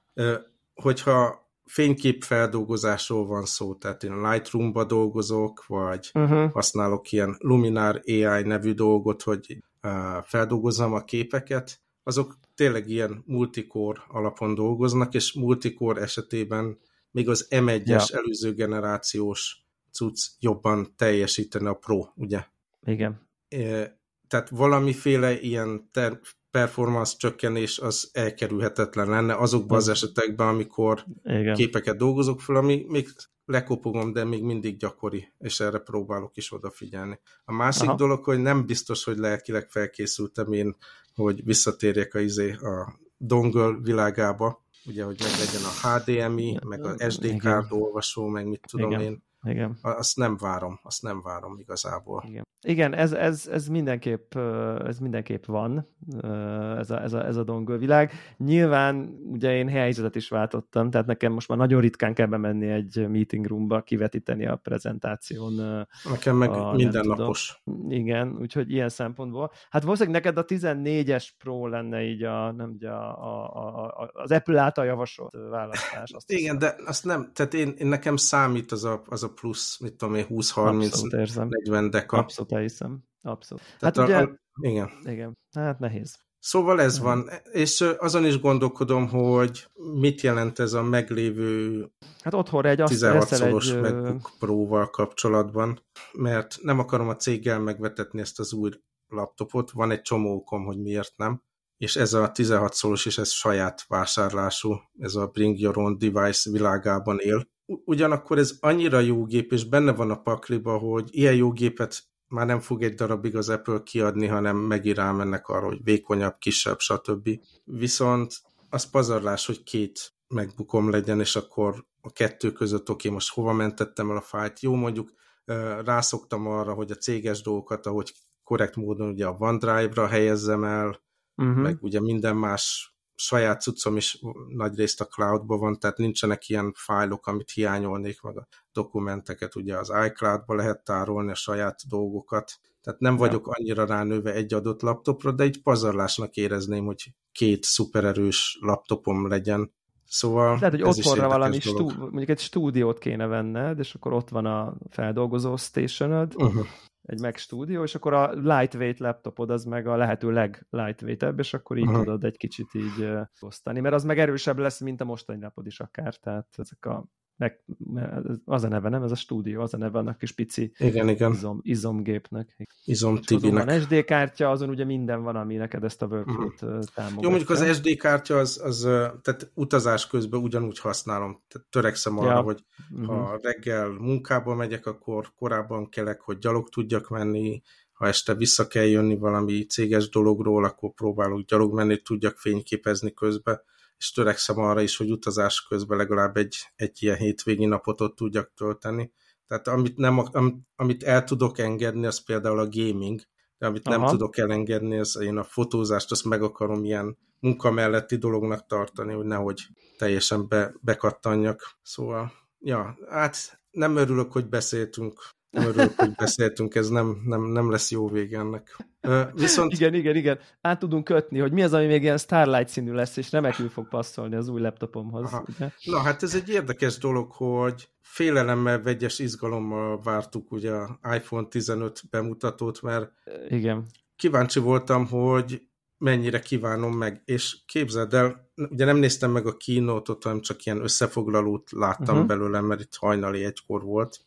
A: hogyha fényképfeldolgozásról van szó, tehát én a Lightroom-ba dolgozok, vagy használok ilyen Luminar AI nevű dolgot, hogy feldolgozzam a képeket, azok tényleg ilyen multicore alapon dolgoznak, és multicore esetében még az M1-es előző generációs cucc jobban teljesítene a Pro, ugye?
B: Igen.
A: Tehát valamiféle ilyen performance csökkenés az elkerülhetetlen lenne azokban az esetekben, amikor képeket dolgozok fel, ami még lekopogom, de még mindig gyakori, és erre próbálok is odafigyelni. A másik dolog, hogy nem biztos, hogy lelkileg felkészültem én, hogy visszatérjek a dongle világába, ugye, hogy meglegyen a HDMI, meg a SD card olvasó, meg mit tudom én.
B: Igen.
A: Azt nem várom igazából.
B: Igen, ez mindenképp van, ez a dongle világ. Nyilván ugye én helyzetet is váltottam, tehát nekem most már nagyon ritkán kell bemenni egy meeting roomba, kivetíteni a prezentáción.
A: Nekem meg mindennapos.
B: Igen, úgyhogy ilyen szempontból. Hát valószínűleg neked a 14-es Pro lenne így az Apple által javasolt választás.
A: Igen, de azt nem, tehát én nekem számít az a plusz, mit tudom én, 20-30-40 deka.
B: Abszolút elhiszem. Abszolút.
A: Tehát
B: hát ugye...
A: Igen.
B: Hát nehéz.
A: Szóval ez van, és azon is gondolkodom, hogy mit jelent ez a meglévő
B: hát otthonra
A: 16-szoros MacBook Pro-val kapcsolatban, mert nem akarom a céggel megvetetni ezt az új laptopot, van egy csomó okom, hogy miért nem, és ez a 16 szoros is, ez saját vásárlású, ez a Bring Your Own Device világában él. Ugyanakkor ez annyira jó gép, és benne van a pakliba, hogy ilyen jó gépet már nem fog egy darabig az Apple kiadni, hanem megint rámennek arra, hogy vékonyabb, kisebb, stb. Viszont az pazarlás, hogy 2 MacBookom legyen, és akkor a 2 között oké, most hova mentettem el a fájlt. Jó, mondjuk rászoktam arra, hogy a céges dolgokat, ahogy korrekt módon ugye a OneDrive-ra helyezzem el, meg ugye minden más saját cuccom is nagyrészt a cloudban van, tehát nincsenek ilyen fájlok, amit hiányolnék, meg a dokumenteket ugye az iCloud-ba lehet tárolni, a saját dolgokat. Tehát nem vagyok annyira ránőve egy adott laptopra, de így pazarlásnak érezném, hogy 2 szupererős laptopom legyen. Szóval
B: lehet, hogy otthonra valami mondjuk egy stúdiót kéne venned, és akkor ott van a feldolgozó stationod, egy Mac Studio, és akkor a lightweight laptopod az meg a lehető leglightweight-ebb, és akkor így tudod egy kicsit így osztani, mert az meg erősebb lesz, mint a mostani lapod is akár, tehát ezek az a neve, nem? Ez a stúdió, az a neve annak kis pici izomgépnek.
A: Izom-tibinek.
B: Van SD kártya, azon ugye minden van, ami neked ezt a workflow-t támogatja.
A: Jó, mondjuk az SD kártya tehát utazás közben ugyanúgy használom. Tehát törekszem arra, hogy ha reggel munkába megyek, akkor korábban kelek, hogy gyalog tudjak menni, ha este vissza kell jönni valami céges dologról, akkor próbálok gyalog menni, tudjak fényképezni közben, és törekszem arra is, hogy utazás közben legalább egy ilyen hétvégi napot ott tudjak tölteni. Tehát amit el tudok engedni, az például a gaming, de amit nem tudok elengedni, az én a fotózást, azt meg akarom ilyen munka melletti dolognak tartani, hogy nehogy teljesen bekattanjak. Szóval, hát nem örülök, hogy beszéltünk. Ez nem lesz jó vége ennek. Viszont...
B: Igen. Át tudunk kötni, hogy mi az, ami még ilyen Starlight színű lesz, és remekül fog passzolni az új laptopomhoz.
A: Na, hát ez egy érdekes dolog, hogy félelemmel, vegyes izgalommal vártuk ugye a iPhone 15 bemutatót, mert kíváncsi voltam, hogy mennyire kívánom meg, és képzeld el, ugye nem néztem meg a keynote-ot, hanem csak ilyen összefoglalót láttam belőle, mert itt hajnali 1-kor volt,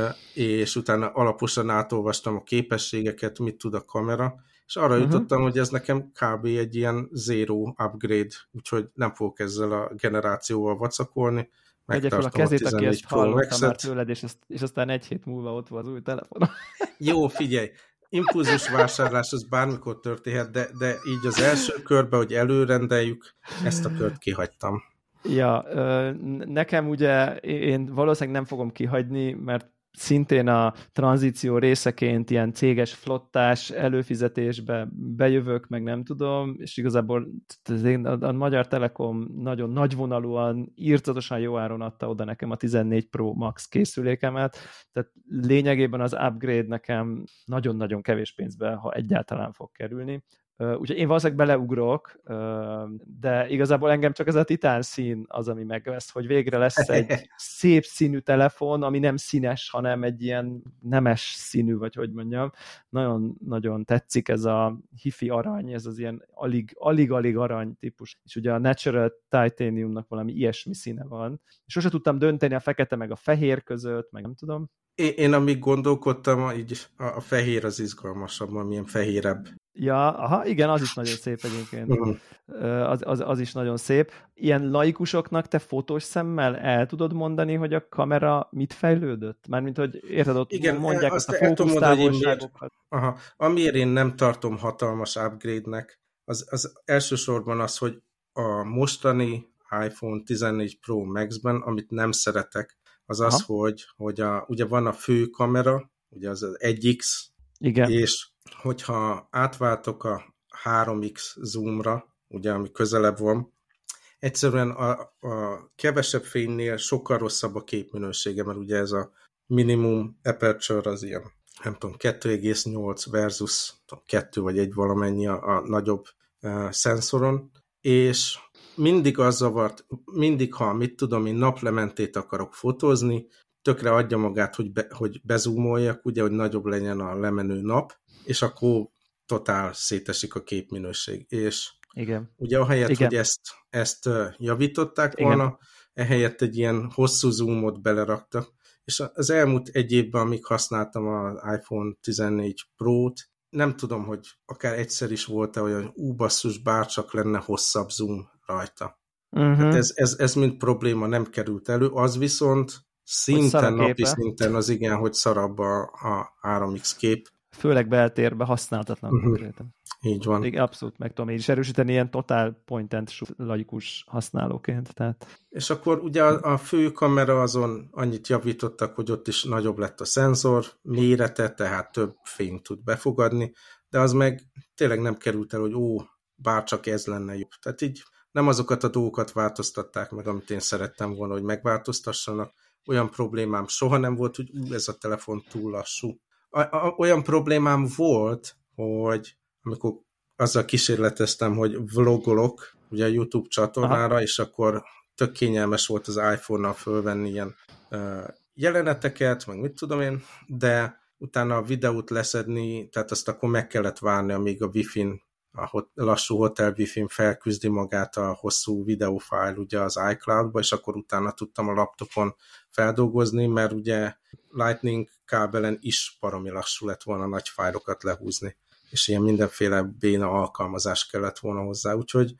A: és utána alaposan átolvastam a képességeket, mit tud a kamera, és arra jutottam, hogy ez nekem kb. Egy ilyen zero upgrade, úgyhogy nem fogok ezzel a generációval vacakolni.
B: Megye fel a kezét, aki ezt hallotta már tőled, és aztán 1 hét múlva ott van az új telefon.
A: Jó, figyelj! Impulzus vásárlás az bármikor történhet, de így az első körben, hogy előrendeljük, ezt a kört kihagytam.
B: Ja, nekem ugye én valószínűleg nem fogom kihagyni, mert szintén a tranzíció részeként ilyen céges flottás előfizetésbe bejövök, meg nem tudom, és igazából a Magyar Telekom nagyon nagyvonalúan, írtatosan jó áron adta oda nekem a 14 Pro Max készülékemet, tehát lényegében az upgrade nekem nagyon-nagyon kevés pénzbe, ha egyáltalán fog kerülni. Úgyhogy én valószínűleg beleugrok, de igazából engem csak ez a titán szín az, ami megvesz, hogy végre lesz egy szép színű telefon, ami nem színes, hanem egy ilyen nemes színű, vagy hogy mondjam. Nagyon-nagyon tetszik ez a hifi arany, ez az ilyen alig-alig arany típus. És ugye a Natural Titaniumnak valami ilyesmi színe van. És sose tudtam dönteni a fekete meg a fehér között, meg nem tudom.
A: Én amíg gondolkodtam, így a fehér az izgalmasabb, amilyen fehérebb.
B: Ja, igen, az is nagyon szép egyébként. Az is nagyon szép. Ilyen laikusoknak te fotós szemmel el tudod mondani, hogy a kamera mit fejlődött? Mármint, hogy érted, ott igen, mondják azt a fókusztávolságokat.
A: Amiért én nem tartom hatalmas upgrade-nek, az elsősorban az, hogy a mostani iPhone 14 Pro Max-ben, amit nem szeretek, az, hogy ugye van a fő kamera, ugye az 1x,
B: igen.
A: És hogyha átváltok a 3x zoomra, ugye ami közelebb van, egyszerűen a kevesebb fénynél sokkal rosszabb a képminősége, mert ugye ez a minimum aperture az ilyen, nem tudom, 2,8 versus 2 vagy 1 valamennyi a nagyobb szenzoron, és mindig az zavart, mindig, ha mit tudom, én naplementét akarok fotózni, tökre adja magát, hogy bezoomoljak, ugye, hogy nagyobb legyen a lemenő nap, és akkor totál szétesik a képminőség. És
B: igen.
A: ugye ahelyett, igen, hogy ezt javították volna, ehelyett egy ilyen hosszú zoomot beleraktak, és az elmúlt egy évben, amíg használtam az iPhone 14 Pro-t, nem tudom, hogy akár egyszer is volt-e olyan basszus, bárcsak lenne hosszabb zoom rajta. Hát ez mind probléma nem került elő, az viszont szinten, napi szinten az igen, hogy szarabb a 3x kép.
B: Főleg beltérbe használhatatlan konkrétan.
A: Így van.
B: Igen, abszolút meg tudom én is erősíteni ilyen totál point-and-shoot laikus használóként. Tehát.
A: És akkor ugye a fő kamera azon annyit javítottak, hogy ott is nagyobb lett a szenzor mérete, tehát több fényt tud befogadni, de az meg tényleg nem került el, hogy bárcsak ez lenne jobb. Tehát így nem azokat a dolgokat változtatták meg, amit én szerettem volna, hogy megváltoztassanak. Olyan problémám soha nem volt, hogy ez a telefon túl lassú. Olyan problémám volt, hogy amikor azzal kísérleteztem, hogy vlogolok ugye a YouTube csatornára, és akkor tök kényelmes volt az iPhone-nal fölvenni ilyen jeleneteket, meg mit tudom én, de utána a videót leszedni, tehát azt akkor meg kellett várni, amíg a Wi-Fi-n, a lassú hotel Wi-Fi-n felküzdi magát a hosszú videófájl ugye az iCloud-ba, és akkor utána tudtam a laptopon feldolgozni, mert ugye Lightning kábelen is baromi lassú lett volna nagy fájlokat lehúzni, és ilyen mindenféle béna alkalmazás kellett volna hozzá. Úgyhogy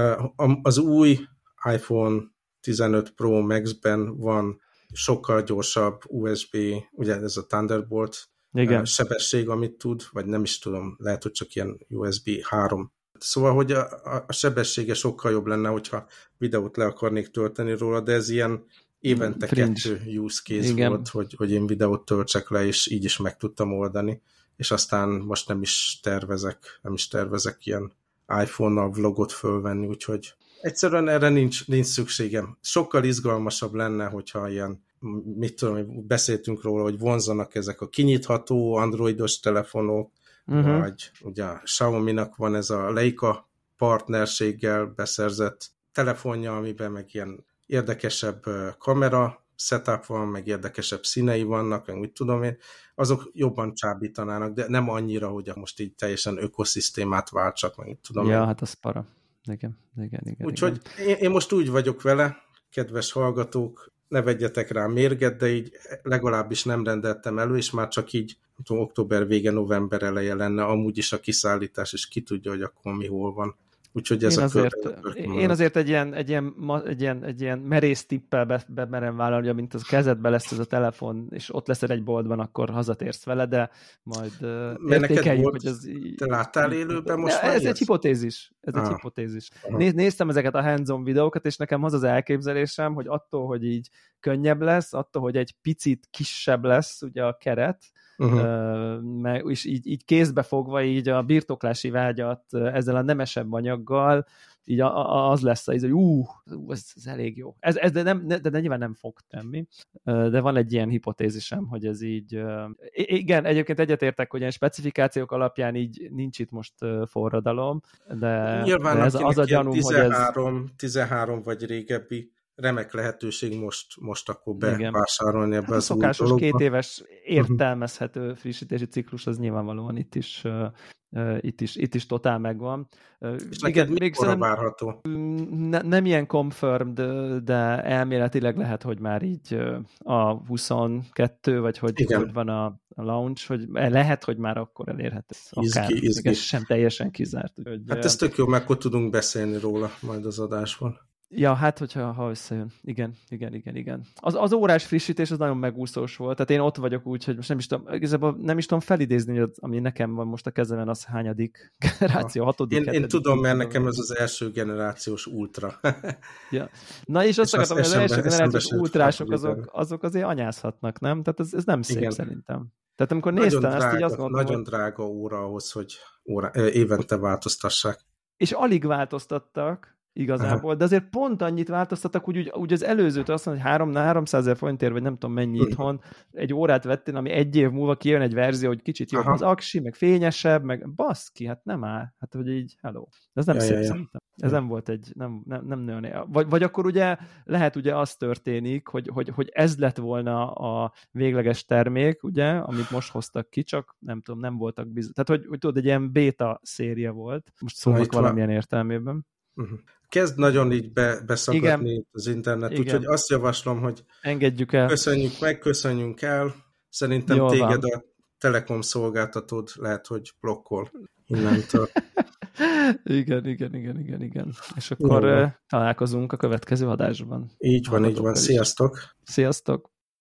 A: az új iPhone 15 Pro Max-ben van sokkal gyorsabb USB, ugye ez a Thunderbolt sebesség, amit tud, vagy nem is tudom, lehet, hogy csak ilyen USB 3. Szóval, hogy a sebessége sokkal jobb lenne, hogyha videót le akarnék tölteni róla, de ez ilyen évente 2 use case volt, hogy én videót töltsek le, és így is meg tudtam oldani. És aztán most nem is tervezek ilyen iPhone-nal vlogot fölvenni, úgyhogy egyszerűen erre nincs szükségem. Sokkal izgalmasabb lenne, hogyha ilyen, mit tudom, beszéltünk róla, hogy vonzanak ezek a kinyitható androidos telefonok, vagy ugye a Xiaomi-nak van ez a Leica partnerséggel beszerzett telefonja, amiben meg ilyen érdekesebb kamera setup van, meg érdekesebb színei vannak, meg mit tudom én, azok jobban csábítanának, de nem annyira, hogy most így teljesen ökoszisztémát váltsak, meg mit tudom én.
B: Hát az para. Igen.
A: Úgyhogy én most úgy vagyok vele, kedves hallgatók, ne vegyetek rá mérget, de így legalábbis nem rendeltem elő, és már csak így tudom, október vége, november eleje lenne amúgy is a kiszállítás, és ki tudja, hogy akkor mi hol van. Úgyhogy ez
B: én azért egy ilyen merész tippel bemerem vállalni, mint az kezedbe lesz ez a telefon, és ott leszel egy boltban, akkor hazatérsz vele, de majd értékeljük, hogy ez...
A: Te láttál élőben most
B: már? Ez egy hipotézis. Néztem ezeket a hands-on videókat, és nekem az elképzelésem, hogy attól, hogy így könnyebb lesz, attól, hogy egy picit kisebb lesz ugye a keret, és így kézbe fogva így a birtoklási vágyat ezzel a nemesebb anyaggal, így az lesz, hogy ez elég jó. De nyilván nem fog tenni, de van egy ilyen hipotézisem, hogy ez így... Igen, egyébként egyetértek, hogy ilyen specifikációk alapján így nincs itt most forradalom, de
A: nyilván
B: ez az a gyanúm,
A: 13 vagy régebbi remek lehetőség most akkor bevásárolni ebbe az
B: szokásos új dologba. 2 éves értelmezhető frissítési ciklus az nyilvánvalóan itt is totál megvan.
A: És neked mikor várható?
B: Nem ilyen confirmed, de elméletileg lehet, hogy már így a 22, vagy hogy van a launch, hogy lehet, hogy már akkor elérhető.
A: Izgi.
B: Sem teljesen kizárt. Hogy,
A: hát ez tök jó, mert akkor tudunk beszélni róla majd az adásban.
B: Ja, hát, ha összejön. Igen. Az órás frissítés az nagyon megúszós volt, tehát én ott vagyok úgy, hogy most nem is tudom felidézni, hogy ami nekem van most a kezemen, az hányadik generáció, hatodik,
A: Én tudom, mert nekem ez az első generációs ultra.
B: Ja. Na és azt akartam, hogy az első generációs ultrások azok azért anyázhatnak, nem? Tehát ez nem szép igen. Szerintem. Tehát amikor néztem ezt, így azt gondolom,
A: nagyon drága óra ahhoz, hogy évente változtassák.
B: És alig változtattak, igazából, de azért pont annyit változtattak, úgy az előzőtől azt mondom, hogy 300 000 forintért, vagy nem tudom mennyi itthon, egy órát vettél, ami egy év múlva kijön egy verzió, hogy kicsit jobb az aksi, meg fényesebb, meg baszki, hát nem áll. Hát, hogy így, hello. Ez nem szép szerintem. Ez nem volt egy, nem nagyon... Vagy akkor ugye lehet ugye az történik, hogy ez lett volna a végleges termék, ugye, amit most hoztak ki, csak nem tudom, nem voltak bizony. Tehát, hogy tudod, egy ilyen beta széria volt, most szólnak valamilyen értelmében.
A: Kezd nagyon így beszakadni az internet, úgyhogy azt javaslom, hogy
B: engedjük el.
A: Köszönjünk el. Szerintem jól téged van. A Telekom szolgáltatód lehet, hogy blokkol innentől.
B: Igen. És akkor találkozunk a következő adásban.
A: Így van. Sziasztok!
B: Sziasztok!